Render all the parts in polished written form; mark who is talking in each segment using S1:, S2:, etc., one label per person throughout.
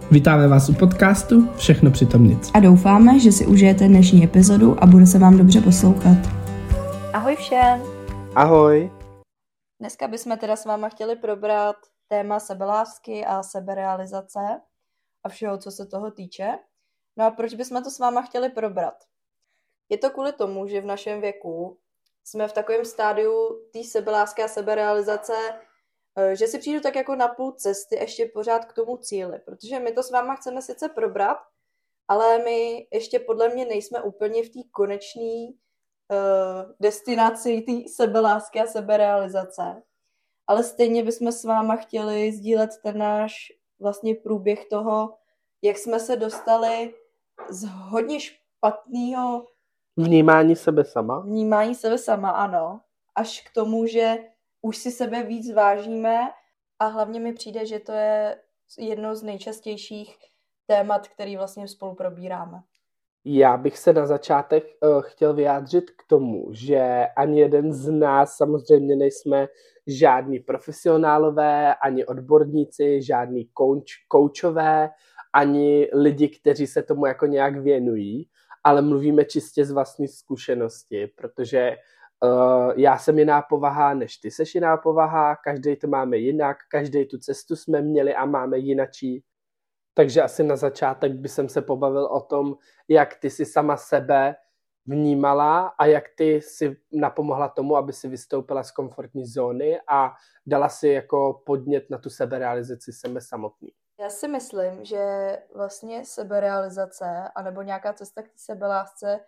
S1: Vítáme vás u podcastu Všechno přitom nic.
S2: A doufáme, že si užijete dnešní epizodu a bude se vám dobře poslouchat.
S3: Ahoj všem!
S4: Ahoj!
S3: Dneska bychom teda s váma chtěli probrat téma sebelásky a seberealizace a všeho, co se toho týče. No a proč bychom to s váma chtěli probrat? Je to kvůli tomu, že v našem věku jsme v takovém stádiu té sebelásky a seberealizace, že si přijdu tak jako na půl cesty ještě pořád k tomu cíli, protože my to s váma chceme sice probrat, ale my ještě podle mě nejsme úplně v té konečné destinaci té sebelásky a seberealizace. Ale stejně bychom s váma chtěli sdílet ten náš vlastně průběh toho, jak jsme se dostali z hodně špatného
S4: Vnímání sebe sama,
S3: ano, až k tomu, že už si sebe víc vážíme a hlavně mi přijde, že to je jedno z nejčastějších témat, který vlastně spolu probíráme.
S4: Já bych se na začátek chtěl vyjádřit k tomu, že ani jeden z nás samozřejmě nejsme žádní profesionálové, ani odborníci, žádní koučové, ani lidi, kteří se tomu jako nějak věnují, ale mluvíme čistě z vlastní zkušenosti, protože já jsem jiná povaha, než ty seš jiná povaha, každý to máme jinak, každý tu cestu jsme měli a máme jinačí. Takže asi na začátek bych se pobavil o tom, jak ty si sama sebe vnímala a jak ty si napomohla tomu, aby si vystoupila z komfortní zóny a dala si jako podnět na tu seberealizaci sebe samotný.
S3: Já si myslím, že vlastně seberealizace anebo nějaká cesta k té sebelásce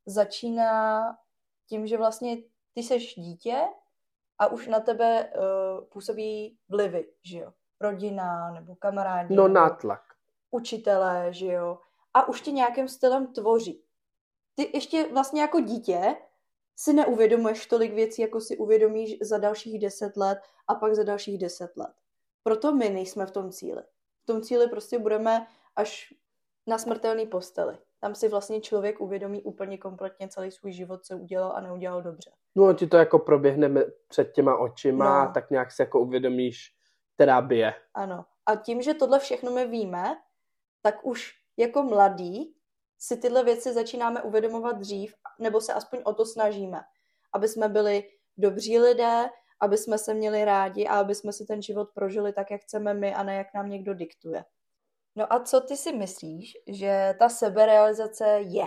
S3: začíná tím, že vlastně ty seš dítě a už na tebe působí vlivy, že jo? Rodina nebo kamarádi.
S4: No nátlak.
S3: Učitelé, že jo? A už tě nějakým stylem tvoří. Ty ještě vlastně jako dítě si neuvědomuješ tolik věcí, jako si uvědomíš za dalších 10 let a pak za dalších 10 let. Proto my nejsme v tom cíli. V tom cíli prostě budeme až na smrtelný posteli. Tam si vlastně člověk uvědomí úplně kompletně celý svůj život, co udělal a neudělal dobře.
S4: No ti to jako proběhne před těma očima, tak nějak si jako uvědomíš, která bije.
S3: Ano. A tím, že tohle všechno my víme, tak už jako mladí si tyhle věci začínáme uvědomovat dřív, nebo se aspoň o to snažíme. Aby jsme byli dobří lidé, aby jsme se měli rádi a aby jsme si ten život prožili tak, jak chceme my a ne jak nám někdo diktuje. No a co ty si myslíš, že ta seberealizace je?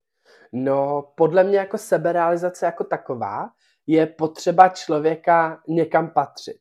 S4: No, podle mě jako seberealizace jako taková je potřeba člověka někam patřit.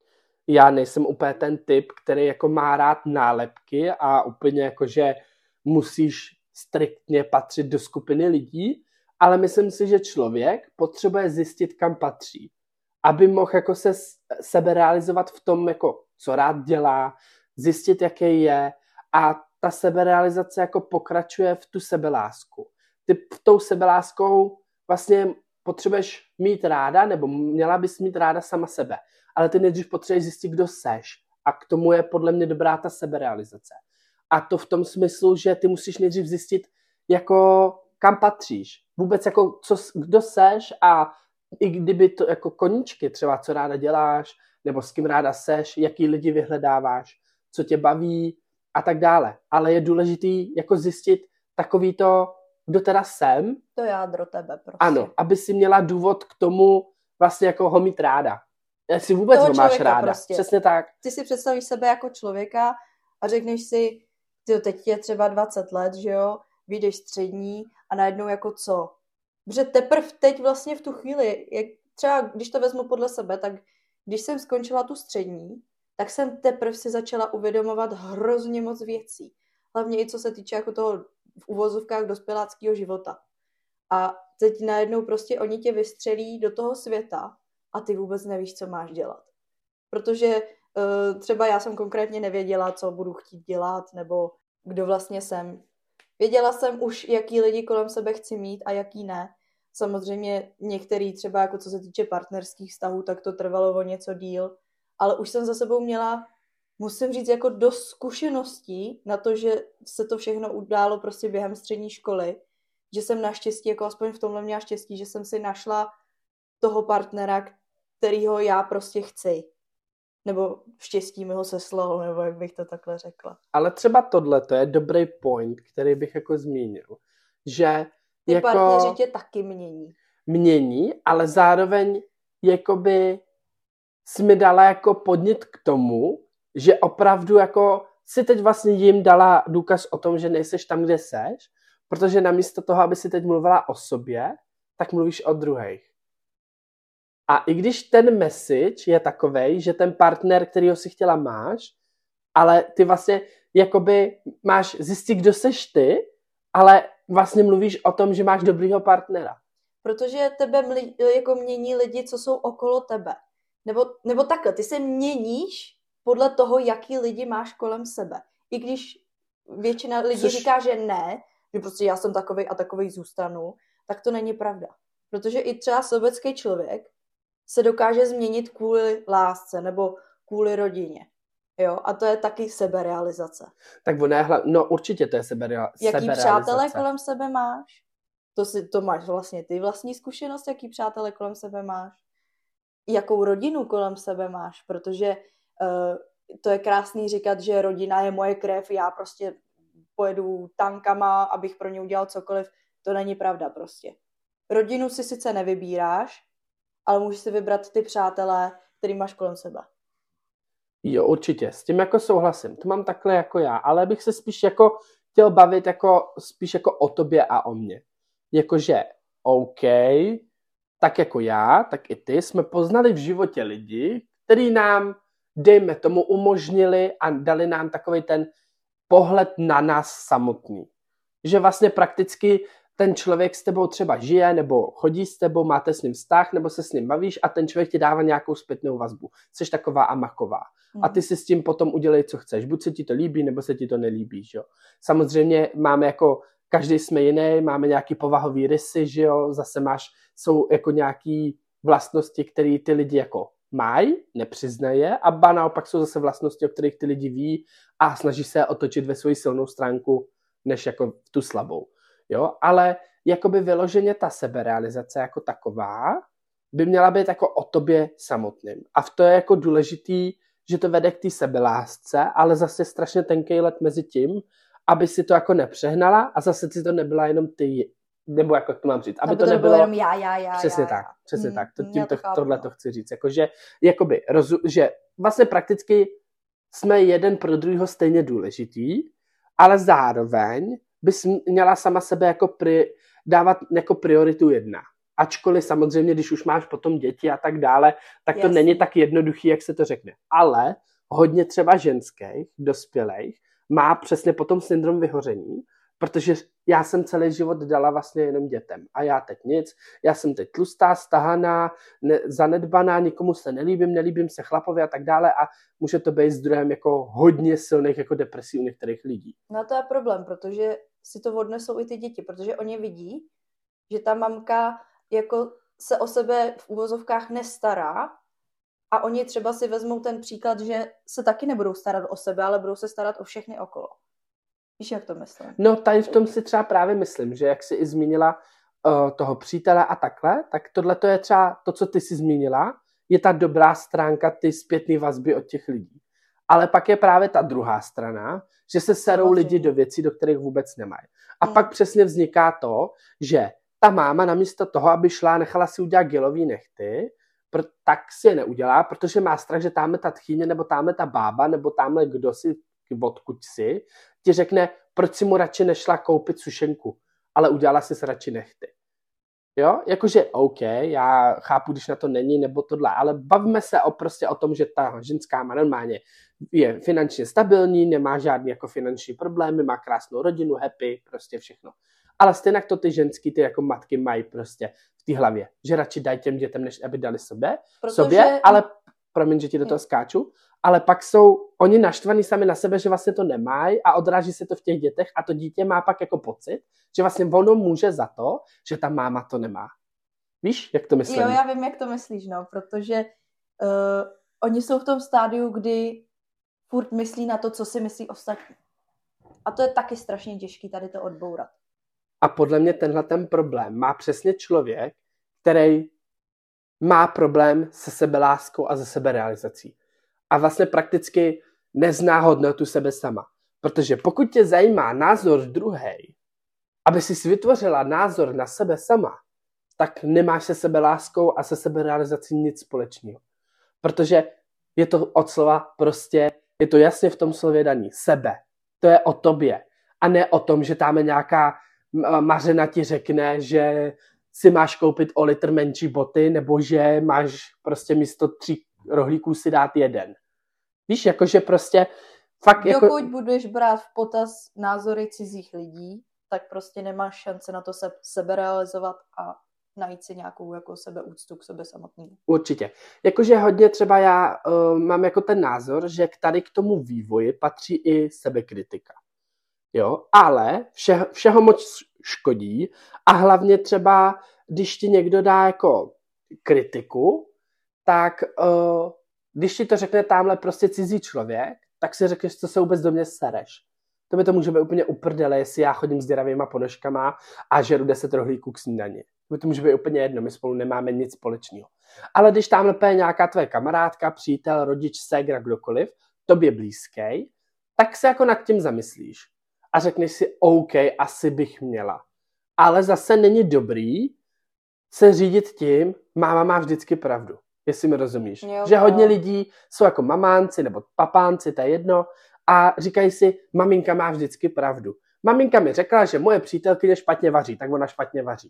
S4: Já nejsem úplně ten typ, který jako má rád nálepky a úplně jako, že musíš striktně patřit do skupiny lidí, ale myslím si, že člověk potřebuje zjistit, kam patří, aby mohl jako se seberealizovat v tom, jako co rád dělá, zjistit, jaký je, a ta seberealizace jako pokračuje v tu sebelásku. Ty tou sebeláskou vlastně potřebuješ mít ráda, nebo měla bys mít ráda sama sebe. Ale ty nejdřív potřebuješ zjistit, kdo seš. A k tomu je podle mě dobrá ta seberealizace. A to v tom smyslu, že ty musíš nejdřív zjistit, jako kam patříš. Vůbec jako kdo seš, a i kdyby to jako koníčky, třeba co ráda děláš, nebo s kým ráda seš, jaký lidi vyhledáváš, co tě baví a tak dále. Ale je důležitý jako zjistit takový to, kdo teda jsem.
S3: To jádro tebe prostě.
S4: Ano, aby si měla důvod k tomu vlastně jako ho mít ráda. Jestli vůbec ho máš ráda. Prostě. Přesně tak.
S3: Ty si představíš sebe jako člověka a řekneš si, teď je třeba 20 let, že jo, vyjdeš střední a najednou jako co? Protože teprve teď vlastně v tu chvíli, jak třeba když to vezmu podle sebe, tak když jsem skončila tu střední, tak jsem teprve si začala uvědomovat hrozně moc věcí. Hlavně i co se týče jako toho v uvozovkách dospěláckého života. A teď najednou prostě oni tě vystřelí do toho světa a ty vůbec nevíš, co máš dělat. Protože třeba já jsem konkrétně nevěděla, co budu chtít dělat, nebo kdo vlastně jsem. Věděla jsem už, jaký lidi kolem sebe chci mít a jaký ne. Samozřejmě některý třeba jako co se týče partnerských vztahů, tak to trvalo o něco díl. Ale už jsem za sebou měla, musím říct, jako dost zkušeností na to, že se to všechno událo prostě během střední školy. Že jsem naštěstí, jako aspoň v tomhle měla štěstí, že jsem si našla toho partnera, kterýho já prostě chci. Nebo štěstí mi ho seslal, nebo jak bych to takhle řekla.
S4: Ale třeba tohle, to je dobrý point, který bych jako zmínil. Že
S3: Ty
S4: jako
S3: partneři tě taky mění.
S4: mění, ale zároveň jakoby jsi mi dala jako podnět k tomu, že opravdu jako si teď vlastně jim dala důkaz o tom, že nejseš tam, kde seš, protože namísto toho, aby si teď mluvila o sobě, tak mluvíš o druhých. A i když ten message je takovej, že ten partner, kterýho si chtěla, máš, ale ty vlastně jakoby máš zjistit, kdo seš ty, ale vlastně mluvíš o tom, že máš dobrýho partnera.
S3: Protože tebe jako mění lidi, co jsou okolo tebe. Nebo takhle, ty se měníš podle toho, jaký lidi máš kolem sebe. I když většina lidí říká, že ne, že prostě já jsem takovej a takovej zůstanu, tak to není pravda. Protože i třeba sobecký člověk se dokáže změnit kvůli lásce nebo kvůli rodině. Jo? A to je taky seberealizace.
S4: Tak no určitě to je seberealizace.
S3: Jaký přátelé kolem sebe máš? To máš vlastně ty vlastní zkušenost, jaký přátelé kolem sebe máš? Jakou rodinu kolem sebe máš? Protože to je krásný říkat, že rodina je moje krev, já prostě pojedu tankama, abych pro ně udělal cokoliv. To není pravda prostě. Rodinu si sice nevybíráš, ale můžeš si vybrat ty přátelé, který máš kolem sebe.
S4: Jo, určitě. S tím jako souhlasím. To mám takhle jako já, ale bych se spíš jako chtěl bavit jako spíš jako o tobě a o mně. Jakože OK, tak jako já, tak i ty jsme poznali v životě lidi, kteří nám, dejme tomu, umožnili a dali nám takový ten pohled na nás samotný. Že vlastně prakticky ten člověk s tebou třeba žije, nebo chodí s tebou, máte s ním vztah, nebo se s ním bavíš a ten člověk ti dává nějakou zpětnou vazbu. Jsi taková a maková. A ty si s tím potom udělej, co chceš. Buď se ti to líbí, nebo se ti to nelíbí. Že jo? Samozřejmě máme jako, každý jsme jiný, máme nějaký povahový rysy, že jo? Zase jsou jako nějaký vlastnosti, které ty lidi jako mají, nepřiznají a ba naopak jsou zase vlastnosti, o kterých ty lidi ví a snaží se otočit ve svoji silnou stránku, než jako tu slabou. Jo, ale jakoby vyloženě ta seberealizace jako taková by měla být jako o tobě samotným. A v to je jako důležitý, že to vede k té sebelásce, ale zase strašně tenký let mezi tím, aby si to jako nepřehnala a zase si to nebyla jenom ty, nebo jako to mám říct, aby to nebylo
S3: jenom já.
S4: Přesně tak, přesně tak. Tohle to chci říct. Jakože, jakoby, že vlastně prakticky jsme jeden pro druhého stejně důležitý, ale zároveň bys měla sama sebe jako dávat jako prioritu jedna. Ačkoliv samozřejmě, když už máš potom děti a tak dále, tak to není tak jednoduchý, jak se to řekne. Ale hodně třeba ženských, dospělých, má přesně potom syndrom vyhoření, protože já jsem celý život dala vlastně jenom dětem. A já teď nic. Já jsem teď tlustá, stahaná, zanedbaná, nikomu se nelíbím se chlapovi a tak dále a může to být zdrojem jako hodně silných jako depresí u některých lidí.
S3: No to je problém, protože si to odnesou i ty děti, protože oni vidí, že ta mamka jako se o sebe v uvozovkách nestará a oni třeba si vezmou ten příklad, že se taky nebudou starat o sebe, ale budou se starat o všechny okolo. Víš, jak to myslím?
S4: No tady v tom si třeba právě myslím, že jak jsi i zmínila toho přítele a takhle, tak tohle to je třeba to, co ty jsi zmínila, je ta dobrá stránka, ty zpětné vazby od těch lidí. Ale pak je právě ta druhá strana, že se serou lidi do věcí, do kterých vůbec nemají. A pak přesně vzniká to, že ta máma namísto toho, aby šla, nechala si udělat gelový nehty, tak si je neudělá, protože má strach, že táme ta tchýně, nebo táme ta bába, nebo táme kdo si, odkud si, ti řekne, proč si mu radši nešla koupit sušenku, ale udělala si radši nehty. Jo, jakože OK, já chápu, když na to není, nebo tohle, ale bavíme se prostě o tom, že ta ženská má normálně je finančně stabilní, nemá žádný jako finanční problémy, má krásnou rodinu, happy, prostě všechno. Ale stejně to ty ženský, ty jako matky mají prostě v té hlavě, že radši dají těm dětem, než aby dali sobě, ale promiň, že ti do toho skáču, ale pak jsou oni naštvaní sami na sebe, že vlastně to nemají a odráží se to v těch dětech a to dítě má pak jako pocit, že vlastně ono může za to, že ta máma to nemá. Víš, jak to myslím?
S3: Jo, já vím, jak to myslíš, no, protože oni jsou v tom stádiu, kdy furt myslí na to, co si myslí ostatní. A to je taky strašně těžký tady to odbourat.
S4: A podle mě tenhle ten problém má přesně člověk, který má problém se sebeláskou a se seberealizací. a vlastně prakticky nezná hodnotu sebe sama. Protože pokud tě zajímá názor druhý, aby si vytvořila názor na sebe sama, tak nemáš se sebeláskou a se seberealizací nic společného. Protože je to od slova prostě, je to jasně v tom slově daný. Sebe. To je o tobě. A ne o tom, že tam nějaká Mařena ti řekne, že si máš koupit o litr menší boty, nebo že máš prostě místo 3 rohlíků si dát 1. Víš, jakože prostě fakt
S3: dokud budeš brát v potaz názory cizích lidí, tak prostě nemáš šance na to se seberealizovat a najít si nějakou jako sebeúctu k sobě samotnému.
S4: Určitě. Jakože hodně třeba já mám jako ten názor, že tady k tomu vývoji patří i sebekritika. Jo, ale všeho moc škodí a hlavně třeba, když ti někdo dá jako kritiku, tak když ti to řekne tamhle prostě cizí člověk, tak si řekneš, co se vůbec do mě sereš. To by to může být úplně uprdele, jestli já chodím s děravýma ponožkama a žeru 10 rohlíků k snídani. To může být úplně jedno, my spolu nemáme nic společného. Ale když tamhle je nějaká tvoje kamarádka, přítel, rodič, ségra, kdokoliv, tobě blízký, tak se jako nad tím zamyslíš. A řekneš si, OK, asi bych měla. Ale zase není dobrý se řídit tím, máma má vždycky pravdu. Jestli mi rozumíš.
S3: Jo,
S4: že hodně lidí jsou jako mamánci nebo papánci, to je jedno, a říkají si, maminka má vždycky pravdu. Maminka mi řekla, že moje přítelkyně špatně vaří, tak ona špatně vaří.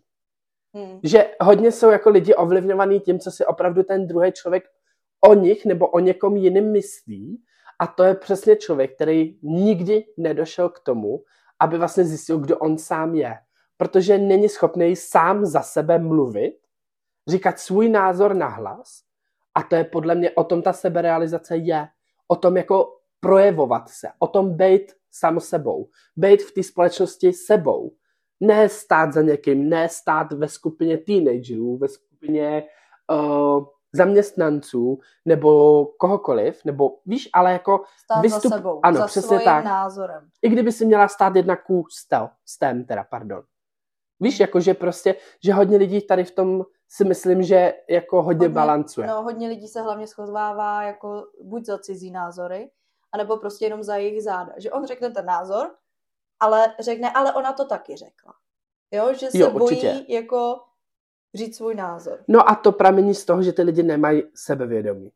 S4: Že hodně jsou jako lidi ovlivňovaný tím, co si opravdu ten druhý člověk o nich nebo o někom jiným myslí. A to je přesně člověk, který nikdy nedošel k tomu, aby vlastně zjistil, kdo on sám je. Protože není schopný sám za sebe mluvit, říkat svůj názor nahlas. A to je podle mě, o tom ta seberealizace je. O tom jako projevovat se. O tom být sám sebou. Být v té společnosti sebou. Ne stát za někým, ne stát ve skupině teenagerů, ve skupině zaměstnanců, nebo kohokoliv, nebo víš, ale jako
S3: stát
S4: vystup...
S3: za sebou,
S4: ano,
S3: za
S4: přesně
S3: svým
S4: tak.
S3: názorem.
S4: I kdyby si měla stát jedna ků stem, pardon. Víš, jakože prostě, že hodně lidí tady v tom si myslím, že jako hodně balancuje.
S3: No, hodně lidí se hlavně schovává jako buď za cizí názory, anebo prostě jenom za jejich záda. Že on řekne ten názor, ale řekne, ale ona to taky řekla. Jo, že se bojí jako říct svůj názor.
S4: No a to pramení z toho, že ty lidi nemají sebevědomí.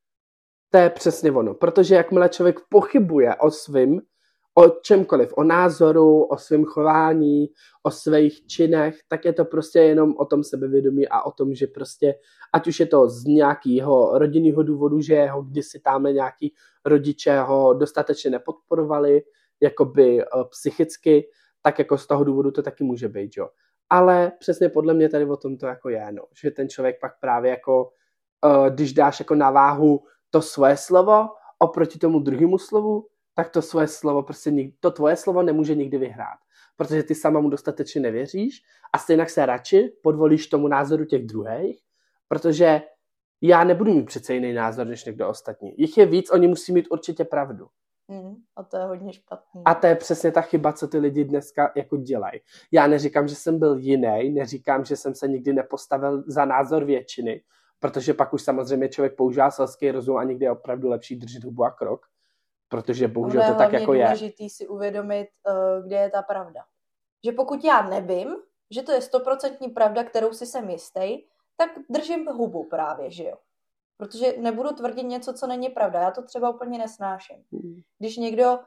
S4: To je přesně ono. Protože jakmile člověk pochybuje o svým, o čemkoliv, o názoru, o svém chování, o svých činech, tak je to prostě jenom o tom sebevědomí a o tom, že prostě, ať už je to z nějakého rodinného důvodu, že ho kdysi tamhle nějaký rodiče ho dostatečně nepodporovali, jakoby psychicky, tak jako z toho důvodu to taky může být, jo. Ale přesně podle mě tady o tom to jako je, no. Že ten člověk pak právě jako, když dáš jako na váhu to svoje slovo oproti tomu druhému slovu, tak to svoje slovo prostě to tvoje slovo nemůže nikdy vyhrát. Protože ty sama mu dostatečně nevěříš a stejně se radši podvolíš tomu názoru těch druhých, protože já nebudu mít přece jiný názor než někdo ostatní. Jich je víc, oni musí mít určitě pravdu.
S3: A to je hodně špatný.
S4: A to je přesně ta chyba, co ty lidi dneska jako dělají. Já neříkám, že jsem byl jiný, neříkám, že jsem se nikdy nepostavil za názor většiny, protože pak už samozřejmě člověk používá selský rozum a někdy je opravdu lepší držet hubu a krok, protože bohužel to tak jako je.
S3: Je důležitý si uvědomit, kde je ta pravda. Že pokud já nevím, že to je 100% pravda, kterou si jsem jistý, tak držím hubu právě, že jo. Protože nebudu tvrdit něco, co není pravda. Já to třeba úplně nesnáším. Když někdo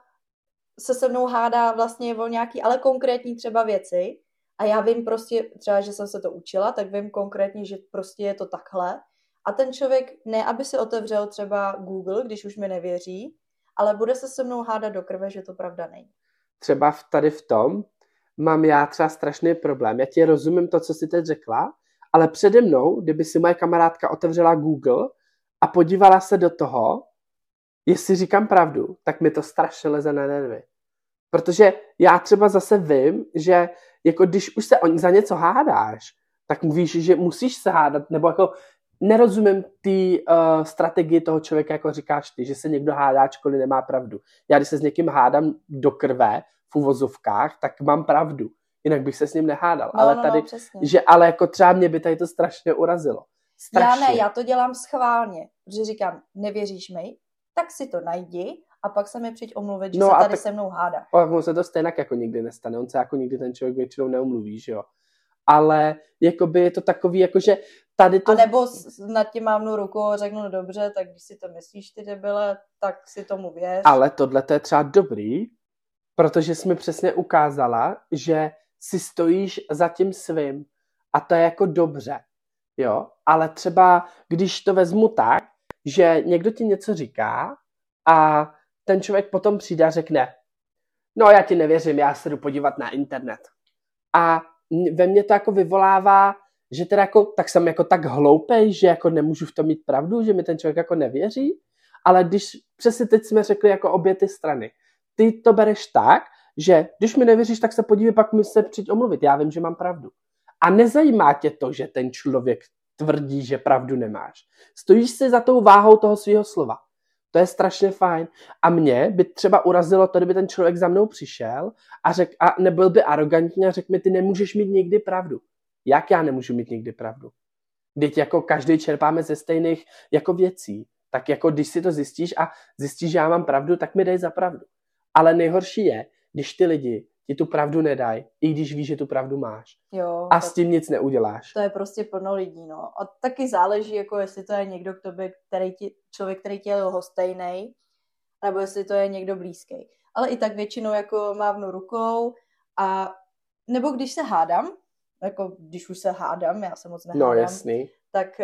S3: se mnou hádá vlastně o nějaký, ale konkrétní třeba věci a já vím prostě, třeba, že jsem se to učila, tak vím konkrétně, že prostě je to takhle. A ten člověk ne, aby si otevřel třeba Google, když už mi nevěří, ale bude se mnou hádat do krve, že to pravda není.
S4: Třeba tady v tom mám já třeba strašný problém. Já ti rozumím to, co jsi teď řekla, ale přede mnou, kdyby si moje kamarádka otevřela Google a podívala se do toho, jestli říkám pravdu, tak mi to strašně leze na nervy. Protože já třeba zase vím, že jako když už se za něco hádáš, tak víš, že musíš se hádat, nebo jako nerozumím ty strategii toho člověka, jako říkáš ty, že se někdo hádá, ačkoliv nemá pravdu. Já když se s někým hádám do krve v uvozovkách, tak mám pravdu. Jinak bych se s ním nehádal.
S3: No,
S4: ale tady, ale jako třeba mě by tady to strašně urazilo. Strašně.
S3: Já to dělám schválně, protože říkám, nevěříš mi, tak si to najdi a pak se mi přijď omluvit, že
S4: No
S3: se
S4: a
S3: tady
S4: tak-
S3: se mnou hádá.
S4: On se to stejně jako nikdy nestane, on se jako nikdy ten člověk většinou neumluví, že jo. Ale jakoby je to takový, jakože tady to...
S3: A nebo nad tím mávnu rukou a řeknu, no dobře, tak když si to myslíš, ty debile, tak si tomu věř.
S4: Ale tohle to je třeba dobrý, protože jsi mi přesně ukázala, že si stojíš za tím svým a to je jako dobře, jo. Ale třeba, když to vezmu tak, že někdo ti něco říká a ten člověk potom přijde a řekne, no já ti nevěřím, já se jdu podívat na internet. A ve mně to jako vyvolává, že teda jako, tak jsem jako tak hloupej, že jako nemůžu v tom mít pravdu, že mi ten člověk jako nevěří, ale když přesně teď jsme řekli jako obě ty strany, ty to bereš tak, že když mi nevěříš, tak se podívej, pak mi se přijď omluvit, já vím, že mám pravdu. A nezajímá tě to, že ten člověk tvrdí, že pravdu nemáš. Stojíš si za tou váhou toho svého slova. To je strašně fajn. A mě by třeba urazilo to, kdyby ten člověk za mnou přišel a nebyl by arrogantní a řekl mi, ty nemůžeš mít nikdy pravdu. Jak já nemůžu mít nikdy pravdu? Vždyť jako každý čerpáme ze stejných jako věcí. Tak jako když si to zjistíš a zjistíš, že já mám pravdu, tak mi dej za pravdu. Ale nejhorší je, když ty lidi ti tu pravdu nedají, i když víš, že tu pravdu máš.
S3: Jo,
S4: A s tím nic neuděláš.
S3: to je prostě plno lidí, no. A taky záleží, jako jestli to je někdo k tobě, člověk, který ti je lhostejnej, nebo jestli to je někdo blízký. Ale i tak většinou jako mávnu rukou a nebo když se hádám, jako když už se hádám, já se moc nehádám,
S4: No jasný.
S3: tak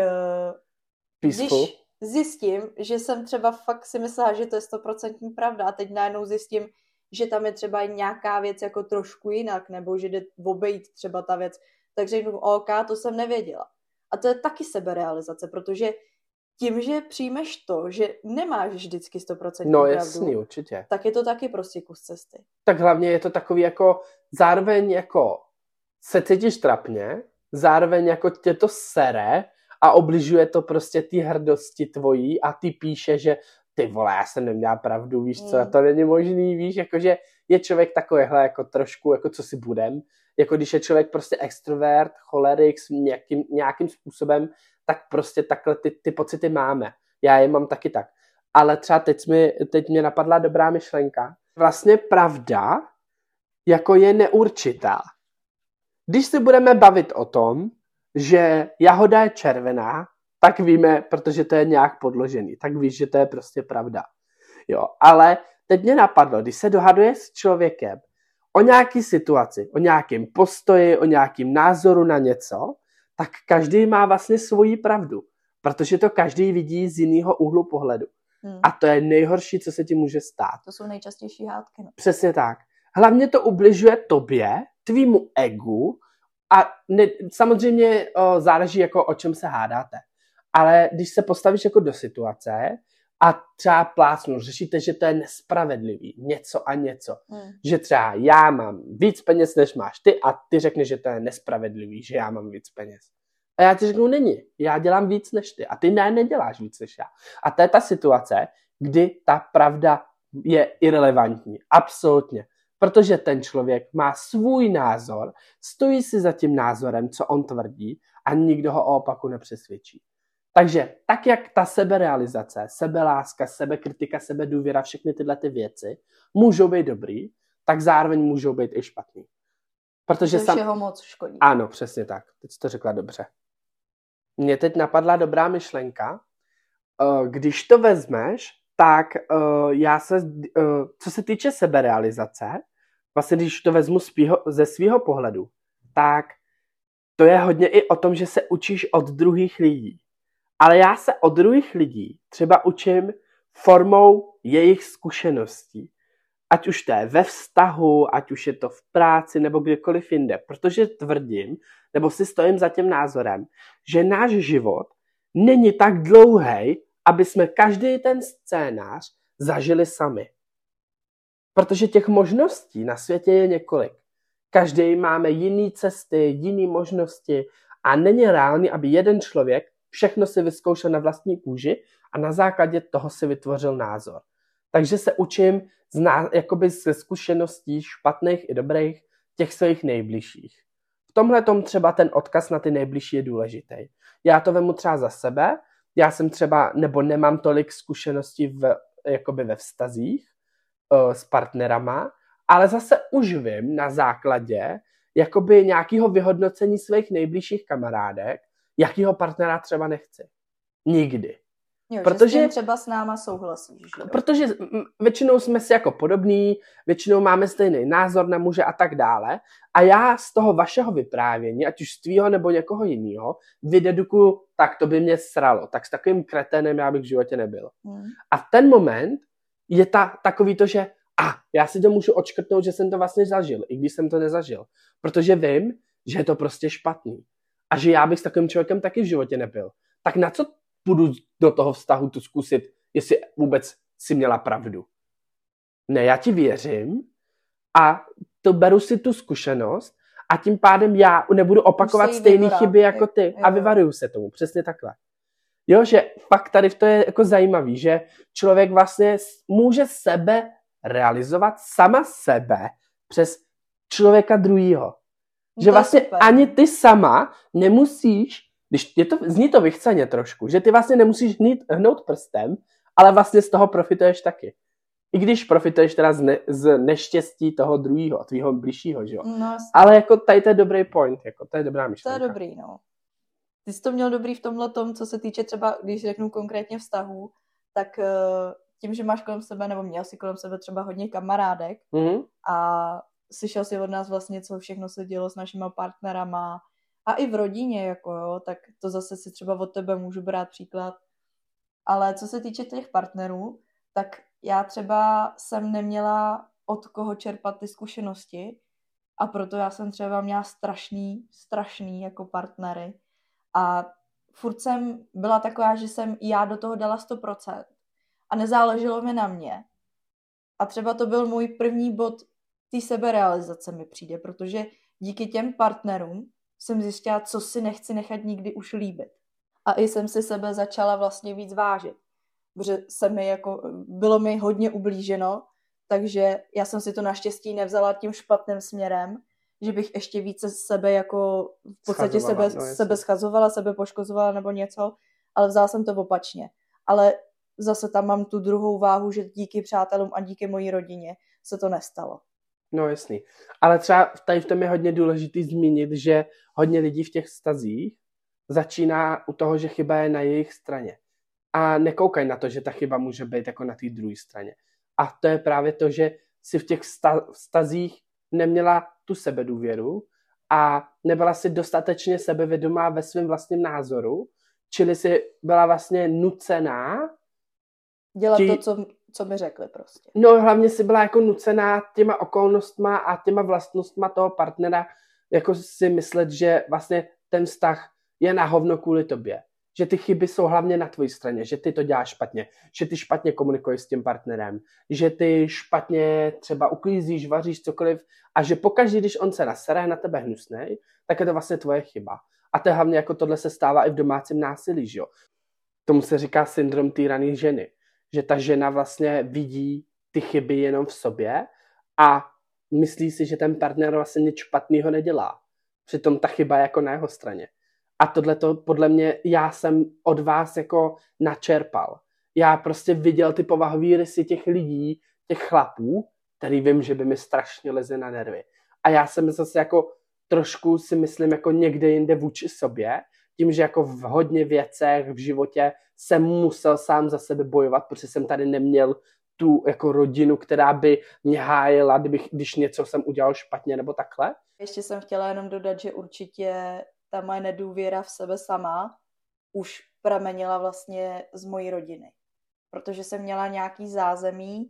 S4: Peaceful.
S3: když zjistím, že jsem třeba fakt si myslela, že to je 100% pravda a teď najednou zjistím, že tam je třeba nějaká věc jako trošku jinak, nebo že jde obejít třeba ta věc, tak řeknu, OK, to jsem nevěděla. A to je taky seberealizace, protože tím, že přijmeš to, že nemáš vždycky 100%
S4: No
S3: pravdu,
S4: jasný, určitě.
S3: tak je to taky prostě kus cesty.
S4: Tak hlavně je to takový jako, zároveň jako se cítíš trapně, zároveň jako tě to sere a obližuje to prostě ty hrdosti tvojí a ty píše, že ty vole, já jsem neměla pravdu, víš co, to není možný, víš, jakože je člověk takovýhle jako trošku, jako co si budem, jako když je člověk prostě extrovert, cholerik s nějakým způsobem, tak prostě takhle ty pocity máme. Já je mám taky tak. Ale třeba teď mě napadla dobrá myšlenka. Vlastně pravda jako je neurčitá. Když se budeme bavit o tom, že jahoda je červená, tak víme, protože to je nějak podložený, tak víš, že to je prostě pravda. Jo, ale teď mě napadlo, když se dohaduje s člověkem o nějaký situaci, o nějakém postoji, o nějakém názoru na něco, tak každý má vlastně svoji pravdu, protože to každý vidí z jiného úhlu pohledu. A to je nejhorší, co se ti může stát.
S3: To jsou nejčastější hádky. No.
S4: Přesně tak. Hlavně to ubližuje tobě, tvýmu egu a samozřejmě záleží, jako o čem se hádáte. Ale když se postavíš jako do situace a třeba plácnu, řešíte, že to je nespravedlivý, něco a něco. Že třeba já mám víc peněz, než máš ty a ty řekneš, že to je nespravedlivý, že já mám víc peněz. A já ti řeknu, není, já dělám víc než ty a ty neděláš víc než já. A to je ta situace, kdy ta pravda je irelevantní, absolutně. Protože ten člověk má svůj názor, stojí si za tím názorem, co on tvrdí a nikdo ho o opaku nepřesvědčí. Takže tak, jak ta seberealizace, sebeláska, sebekritika, sebedůvěra, všechny tyhle ty věci můžou být dobrý, tak zároveň můžou být i špatný. Protože
S3: všeho moc škodí.
S4: Ano, přesně tak. Teď jsi to řekla dobře. Mně teď napadla dobrá myšlenka. Když to vezmeš, tak co se týče seberealizace, vlastně když to vezmu ze svého pohledu, tak to je hodně i o tom, že se učíš od druhých lidí. Ale já se od druhých lidí třeba učím formou jejich zkušeností. Ať už to je ve vztahu, ať už je to v práci nebo kdekoliv jinde. Protože tvrdím, nebo si stojím za tím názorem, že náš život není tak dlouhý, aby jsme každý ten scénář zažili sami. Protože těch možností na světě je několik. Každý máme jiný cesty, jiný možnosti a není reálný, aby jeden člověk všechno si vyzkoušel na vlastní kůži a na základě toho si vytvořil názor. Takže se učím jakoby ze zkušeností špatných i dobrých těch svých nejbližších. V tomhle tom třeba ten odkaz na ty nejbližší je důležitý. Já to vemu třeba za sebe, já jsem třeba, nebo nemám tolik zkušeností jakoby ve vztazích s partnerama, ale zase už vím na základě jakoby nějakého vyhodnocení svých nejbližších kamarádek, jakýho partnera třeba nechci. Nikdy.
S3: Jo,
S4: protože
S3: že s tím třeba s náma souhlasíš. Že?
S4: Protože většinou jsme si jako podobní, většinou máme stejný názor na muže a tak dále. A já z toho vašeho vyprávění, ať už z tvýho nebo někoho jiného, vydedukuju, tak to by mě sralo. Tak s takovým kreténem já bych v životě nebyl. A v ten moment je takový to, že já si to můžu odškrtnout, že jsem to vlastně zažil, i když jsem to nezažil. Protože vím, že je to prostě špatný. A že já bych s takovým člověkem taky v životě nebyl. Tak na co půjdu do toho vztahu tu zkusit, jestli vůbec si měla pravdu? Ne, já ti věřím a to beru si tu zkušenost a tím pádem já nebudu opakovat stejné chyby jako ty a vyvaruju se tomu, přesně takhle. Jo, že fakt tady to je jako zajímavý, že člověk vlastně může sebe realizovat sama sebe přes člověka druhýho. Že vlastně ani ty sama nemusíš, když zní to vychceně trošku, že ty vlastně nemusíš hnout prstem, ale vlastně z toho profituješ taky. I když profituješ teda z neštěstí toho druhýho, tvýho bližšího, že jo.
S3: No,
S4: ale jako tady to je dobrý point, jako to je dobrá myšlenka.
S3: To je dobrý, no. Ty jsi to měl dobrý v tomhle tom, co se týče třeba, když řeknu konkrétně vztahů, tak tím, že máš kolem sebe, nebo měl si kolem sebe třeba hodně kamarádek a slyšel si od nás vlastně, co všechno se dělo s našima partnerama a i v rodině, jako jo, tak to zase si třeba od tebe můžu brát příklad. Ale co se týče těch partnerů, tak já třeba jsem neměla od koho čerpat ty zkušenosti a proto já jsem třeba měla strašný jako partnery a furt jsem byla taková, že jsem já do toho dala 100% a nezáleželo mi na mě. A třeba to byl můj první bod té seberealizace mi přijde, protože díky těm partnerům jsem zjistila, co si nechci nechat nikdy už líbit. A i jsem si sebe začala vlastně víc vážit. Protože bylo mi hodně ublíženo, takže já jsem si to naštěstí nevzala tím špatným směrem, že bych ještě více sebe jako v podstatě sebe schazovala, sebe poškozovala nebo něco, ale vzala jsem to opačně. Ale zase tam mám tu druhou váhu, že díky přátelům a díky mojí rodině se to nestalo.
S4: No jasný. Ale třeba tady v tom je hodně důležitý zmínit, že hodně lidí v těch vztazích začíná u toho, že chyba je na jejich straně. A nekoukají na to, že ta chyba může být jako na té druhé straně. A to je právě to, že si v těch vztazích neměla tu sebedůvěru a nebyla si dostatečně sebevědomá ve svém vlastním názoru, čili si byla vlastně nucená
S3: dělat to, co mi řekli prostě.
S4: No hlavně si byla jako nucená těma okolnostma a těma vlastnostma toho partnera jako si myslet, že vlastně ten vztah je na hovno kvůli tobě. Že ty chyby jsou hlavně na tvojí straně, že ty to děláš špatně, že ty špatně komunikuješ s tím partnerem, že ty špatně třeba uklízíš, vaříš cokoliv a že pokaždý, když on se nasere na tebe hnusnej, tak je to vlastně tvoje chyba. A to je hlavně jako tohle se stává i v domácím násilí, že jo. Tomu se říká syndrom týrané ženy. Že ta žena vlastně vidí ty chyby jenom v sobě a myslí si, že ten partner vlastně nic špatného nedělá. Přitom ta chyba je jako na jeho straně. A tohleto podle mě já jsem od vás jako načerpal. Já prostě viděl ty povahové rysy těch lidí, těch chlapů, který vím, že by mi strašně leze na nervy. A já jsem zase jako trošku si myslím jako někde jinde vůči sobě, tím, že jako v hodně věcech v životě jsem musel sám za sebe bojovat, protože jsem tady neměl tu jako rodinu, která by mě hájila, když něco jsem udělal špatně nebo takhle.
S3: Ještě jsem chtěla jenom dodat, že určitě ta moje nedůvěra v sebe sama už pramenila vlastně z mojí rodiny. Protože jsem měla nějaký zázemí,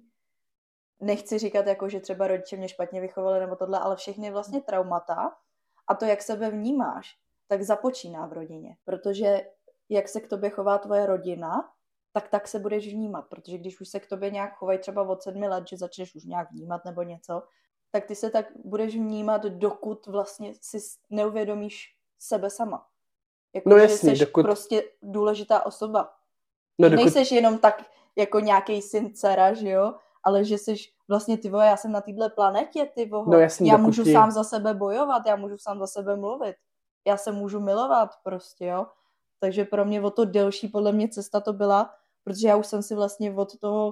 S3: nechci říkat jako, že třeba rodiče mě špatně vychovali nebo tohle, ale všechny vlastně traumata a to, jak sebe vnímáš, tak započíná v rodině. Protože jak se k tobě chová tvoje rodina, tak se budeš vnímat. Protože když už se k tobě nějak chovají třeba od 7 let, že začneš už nějak vnímat nebo něco, tak ty se tak budeš vnímat, dokud vlastně si neuvědomíš sebe sama. Jako,
S4: no
S3: že
S4: jasný,
S3: jsi prostě důležitá osoba.
S4: No,
S3: nejseš jenom tak jako nějaký syn dcera, že jo? Ale že jsi vlastně ty já jsem na téhle planetě, ty
S4: no jasný,
S3: já můžu sám za sebe bojovat, já můžu sám za sebe mluvit. Já se můžu milovat prostě, jo? Takže pro mě o to delší podle mě cesta to byla, protože já už jsem si vlastně od toho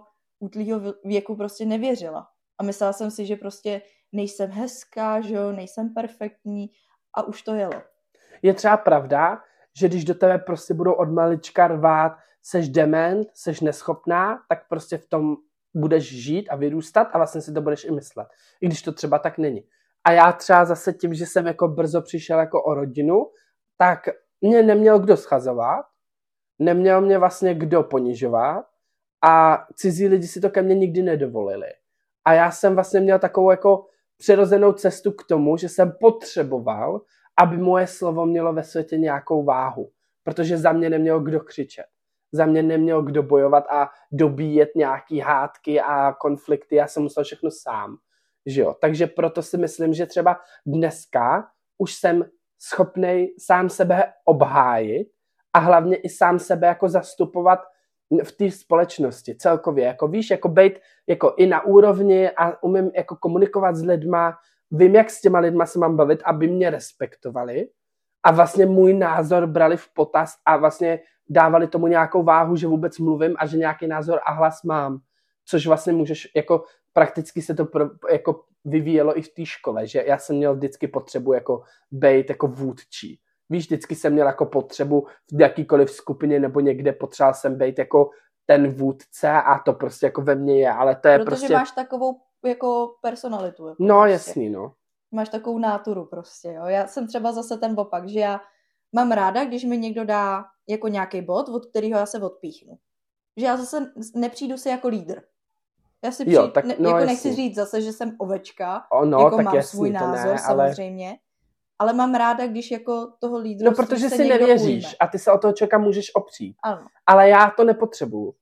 S3: útlýho věku prostě nevěřila. A myslela jsem si, že prostě nejsem hezká, že jo, nejsem perfektní a už to jelo.
S4: Je třeba pravda, že když do tebe prostě budou od malička rvát, seš dement, seš neschopná, tak prostě v tom budeš žít a vyrůstat a vlastně si to budeš i myslet. I když to třeba tak není. A já třeba zase tím, že jsem jako brzo přišel jako o rodinu, tak mě neměl kdo schazovat, neměl mě vlastně kdo ponižovat a cizí lidi si to ke mně nikdy nedovolili. A já jsem vlastně měl takovou jako přirozenou cestu k tomu, že jsem potřeboval, aby moje slovo mělo ve světě nějakou váhu. Protože za mě neměl kdo křičet. Za mě neměl kdo bojovat a dobíjet nějaký hádky a konflikty. Já jsem musel všechno sám. Že jo? Takže proto si myslím, že třeba dneska už jsem schopnej sám sebe obhájit a hlavně i sám sebe jako zastupovat v té společnosti celkově. Jako víš, jako bejt jako i na úrovni a umím jako komunikovat s lidma, vím, jak s těma lidma se mám bavit, aby mě respektovali a vlastně můj názor brali v potaz a vlastně dávali tomu nějakou váhu, že vůbec mluvím a že nějaký názor a hlas mám. Což vlastně můžeš, jako prakticky se to jako vyvíjelo i v té škole, že já jsem měl vždycky potřebu jako bejt jako vůdčí. Víš, vždycky jsem měl jako potřebu v jakýkoliv skupině nebo někde potřeboval jsem bejt jako ten vůdce a to prostě jako ve mně je, ale to je
S3: protože
S4: prostě...
S3: máš takovou jako personalitu. Jako
S4: no
S3: prostě.
S4: Jasný, no.
S3: Máš takovou náturu prostě, jo. Já jsem třeba zase ten opak, že já mám ráda, když mi někdo dá jako nějaký bod, od kterého já se odpíchnu. Že já zase nepřijdu si jako lídr. Já si jako nechci říct zase, že jsem ovečka, jako mám jasný, svůj názor samozřejmě, ale mám ráda, když jako toho lídra.
S4: No, protože si nevěříš ujme. A ty se o toho člověka můžeš opřít.
S3: Ano.
S4: Ale já to nepotřebuju.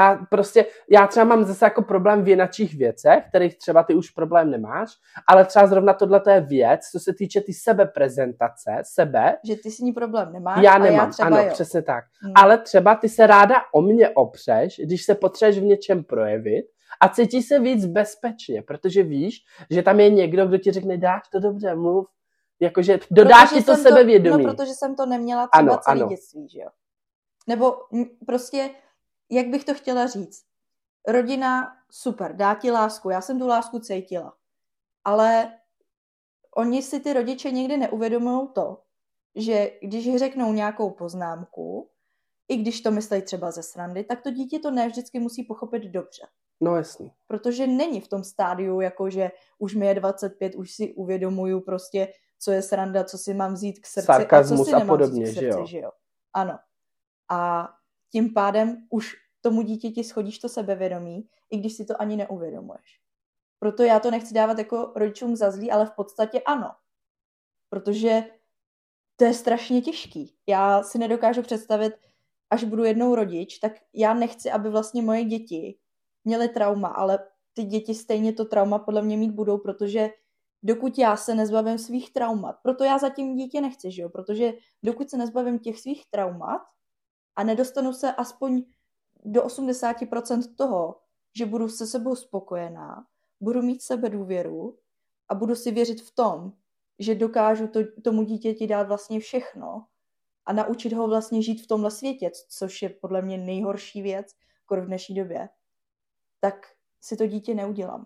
S4: Já třeba mám zase jako problém v jinačích věcech, kterých třeba ty už problém nemáš, ale třeba zrovna tohle je věc, co se týče ty sebeprezentace,
S3: že ty s ní problém nemáš.
S4: Já nemám,
S3: já třeba
S4: ano,
S3: jo.
S4: Přesně tak. Ale třeba ty se ráda o mě opřeš, když se potřebuješ v něčem projevit a cítíš se víc bezpečně, protože víš, že tam je někdo, kdo ti řekne, dáš to dobře, mluv. Jakože dodáš ti to sebevědomí.
S3: No, protože jsem to neměla třeba celý dětství, že jo. Nebo prostě, jak bych to chtěla říct, rodina, super, dá ti lásku, já jsem tu lásku cítila, ale oni si ty rodiče někdy neuvědomují to, že když řeknou nějakou poznámku, i když to myslí třeba ze srandy, tak to dítě to ne vždycky musí pochopit dobře.
S4: No jasný.
S3: Protože není v tom stádiu, jakože už mi je 25, už si uvědomuju prostě, co je sranda, co si mám vzít k srdci
S4: sarkazmus
S3: a co si nemám
S4: podobně,
S3: vzít k srdci, že jo. Ano. A tím pádem už tomu dítěti schodíš to sebevědomí, i když si to ani neuvědomuješ. Proto já to nechci dávat jako rodičům za zlý, ale v podstatě ano. Protože to je strašně těžký. Já si nedokážu představit, až budu jednou rodič, tak já nechci, aby vlastně moje děti měly trauma, ale ty děti stejně to trauma podle mě mít budou, protože dokud já se nezbavím svých traumat, proto já zatím dítě nechci, že jo? Protože dokud se nezbavím těch svých traumat a nedostanu se aspoň do 80% toho, že budu se sebou spokojená, budu mít sebedůvěru a budu si věřit v tom, že dokážu tomu dítěti dát vlastně všechno a naučit ho vlastně žít v tomhle světě, což je podle mě nejhorší věc v dnešní době, tak si to dítě neudělám.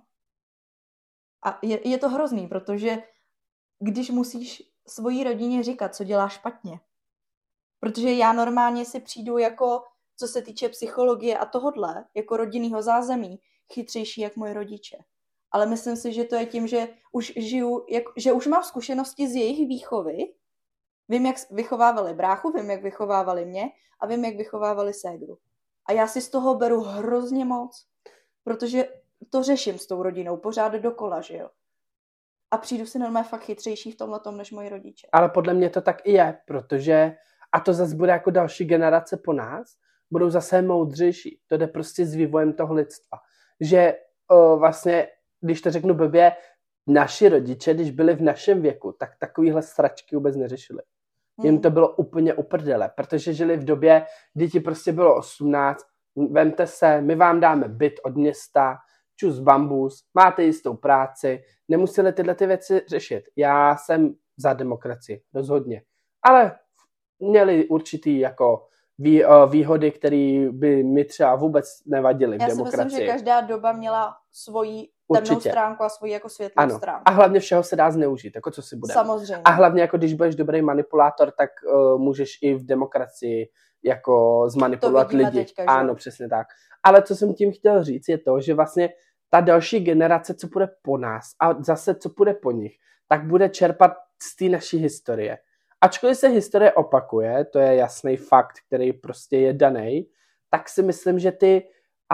S3: A je to hrozný, protože když musíš svojí rodině říkat, co dělá špatně. Protože já normálně si přijdu jako, co se týče psychologie a tohodle, jako rodinného zázemí, chytřejší jak moje rodiče. Ale myslím si, že to je tím, že už žiju, že už mám zkušenosti z jejich výchovy. Vím, jak vychovávali bráchu, vím, jak vychovávali mě a vím, jak vychovávali ségru. A já si z toho beru hrozně moc, protože to řeším s tou rodinou pořád dokola, že jo. A přijdu si normálně fakt chytřejší v tomhletom než moji rodiče.
S4: Ale podle mě to tak i je, protože, a to zase bude jako další generace po nás, budou zase moudřejší. To jde prostě s vývojem toho lidstva. Že vlastně, když to řeknu blbě, naši rodiče, když byli v našem věku, tak takovýhle sračky vůbec neřešili. Jim to bylo úplně uprdele, protože žili v době, kdy ti prostě bylo 18, vemte se, my vám dáme byt od města, čus bambus, máte jistou práci, nemuseli tyhle ty věci řešit. Já jsem za demokracii, rozhodně. Ale měli určitý jako výhody, které by mi třeba vůbec nevadily v
S3: Já si
S4: demokracii.
S3: myslím, že každá doba měla svoji temnou stránku a svoji jako světlou stránku.
S4: A hlavně všeho se dá zneužít, jako co si bude.
S3: Samozřejmě.
S4: A hlavně jako když budeš dobrý manipulátor, tak můžeš i v demokracii jako zmanipulovat lidi.
S3: Teďka,
S4: ano, přesně tak. Ale co jsem tím chtěl říct je to, že vlastně ta další generace, co bude po nás a zase co bude po nich, tak bude čerpat z té naší historie. Ačkoliv se historie opakuje, to je jasný fakt, který prostě je daný, tak si myslím, že ty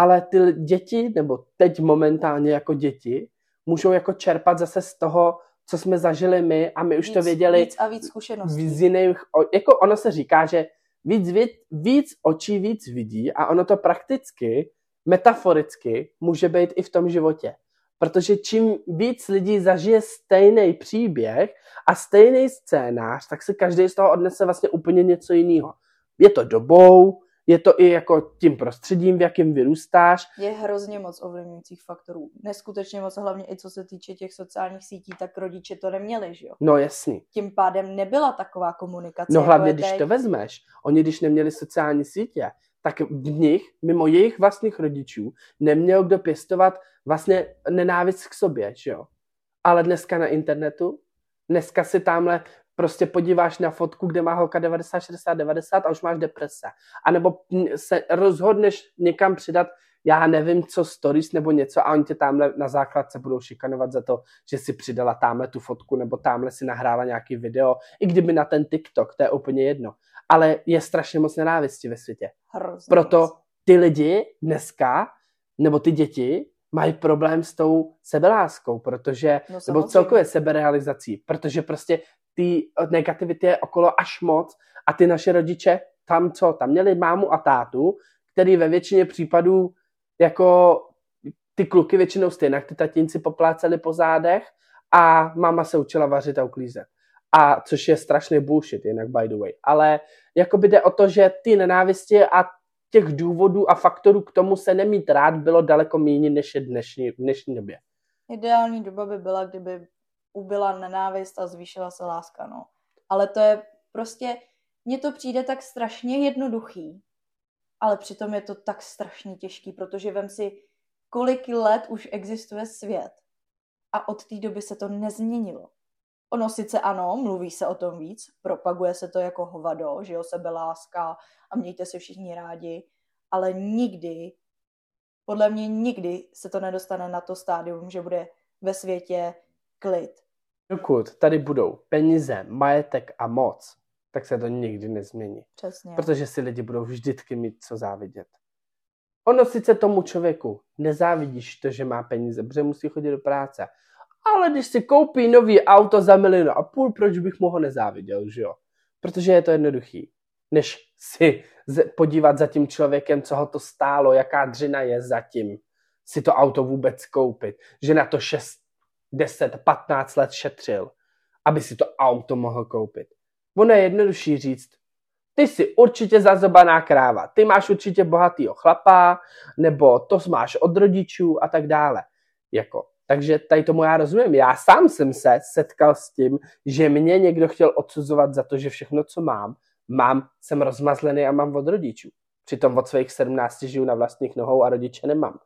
S4: děti, nebo teď momentálně jako děti, můžou jako čerpat zase z toho, co jsme zažili my a my už to věděli.
S3: Víc a víc zkušeností.
S4: Z jiných, jako ono se říká, že víc očí víc vidí a ono to prakticky, metaforicky může být i v tom životě. Protože čím víc lidí zažije stejný příběh a stejný scénář, tak si každý z toho odnese vlastně úplně něco jiného. Je to dobou, je to i jako tím prostředím, v jakém vyrůstáš.
S3: Je hrozně moc ovlivňujících faktorů. Neskutečně moc, hlavně i co se týče těch sociálních sítí, tak rodiče to neměli, že jo?
S4: No jasný.
S3: Tím pádem nebyla taková komunikace.
S4: No
S3: jako
S4: hlavně, když to vezmeš, oni když neměli sociální sítě, tak v nich, mimo jejich vlastních rodičů, neměl kdo pěstovat vlastně nenávist k sobě, že jo? Ale dneska na internetu, dneska si tamhle prostě podíváš na fotku, kde má holka 90, 60, 90 a už máš deprese. A nebo se rozhodneš někam přidat, já nevím co, stories nebo něco a oni tě tamhle na základce budou šikanovat za to, že si přidala tamhle tu fotku nebo tamhle si nahrála nějaký video, i kdyby na ten TikTok, to je úplně jedno. Ale je strašně moc nenávisti ve světě.
S3: Hrozně
S4: Proto
S3: moc.
S4: ty lidi dneska, nebo ty děti, mají problém s tou sebeláskou, protože, nebo celkově seberealizací, protože prostě ty negativity je okolo až moc a ty naše rodiče tam měli mámu a tátu, který ve většině případů jako ty kluky většinou stejně, ty tatínci popláceli po zádech a máma se učila vařit a uklízet. A což je strašný bullshit, jinak by the way. Ale jakoby jde o to, že ty nenávisti a těch důvodů a faktorů k tomu se nemít rád bylo daleko méně než je v dnešní době.
S3: Ideální doba by byla, kdyby ubyla nenávist a zvýšila se láska, no. Ale to je prostě, mně to přijde tak strašně jednoduchý, ale přitom je to tak strašně těžký, protože vem si, kolik let už existuje svět a od té doby se to nezměnilo. Ono sice ano, mluví se o tom víc, propaguje se to jako hovado, že jo, sebeláska a mějte se všichni rádi, ale nikdy, podle mě nikdy se to nedostane na to stádium, že bude ve světě klid.
S4: Dokud tady budou peníze, majetek a moc, tak se to nikdy nezmění.
S3: Přesně.
S4: Protože si lidi budou vždycky mít co závidět. Ono sice tomu člověku nezávidíš to, že má peníze, protože musí chodit do práce. Ale když si koupí nový auto za 1,5 milionu, proč bych mu ho nezáviděl, že jo? Protože je to jednoduchý. Než si podívat za tím člověkem, co ho to stálo, jaká dřina je zatím, si to auto vůbec koupit. Že na to 6, 10, 15 let šetřil, aby si to auto mohl koupit. Ono je jednodušší říct, ty jsi určitě zazobaná kráva, ty máš určitě bohatýho chlapa, nebo to máš od rodičů a tak dále. Takže tady tomu já rozumím. Já sám jsem se setkal s tím, že mě někdo chtěl odsuzovat za to, že všechno, co jsem rozmazlený a mám od rodičů. Přitom od svých 17 žiju na vlastních nohou a rodiče nemám.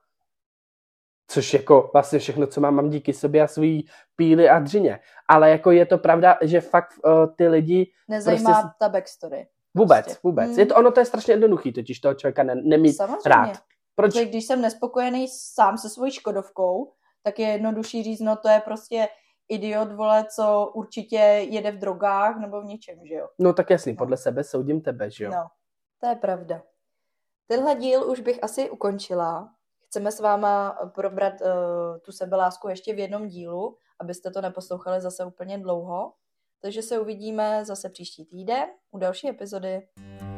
S4: Což jako vlastně všechno, co mám díky sobě a svý píly a dřině. Ale jako je to pravda, že fakt ty lidi...
S3: Nezajímá prostě ta backstory.
S4: Vůbec. To je strašně jednoduchý, totiž toho člověka nemít rád.
S3: Proč? Protože když jsem nespokojený sám se svojí Škodovkou, tak je jednodušší říct, no to je prostě idiot, vole, co určitě jede v drogách nebo v něčem, že jo?
S4: No tak jasný, podle sebe soudím tebe, že jo?
S3: No, to je pravda. Tenhle díl už bych asi ukončila. Chceme s váma probrat tu sebelásku ještě v jednom dílu, abyste to neposlouchali zase úplně dlouho. Takže se uvidíme zase příští týden u další epizody.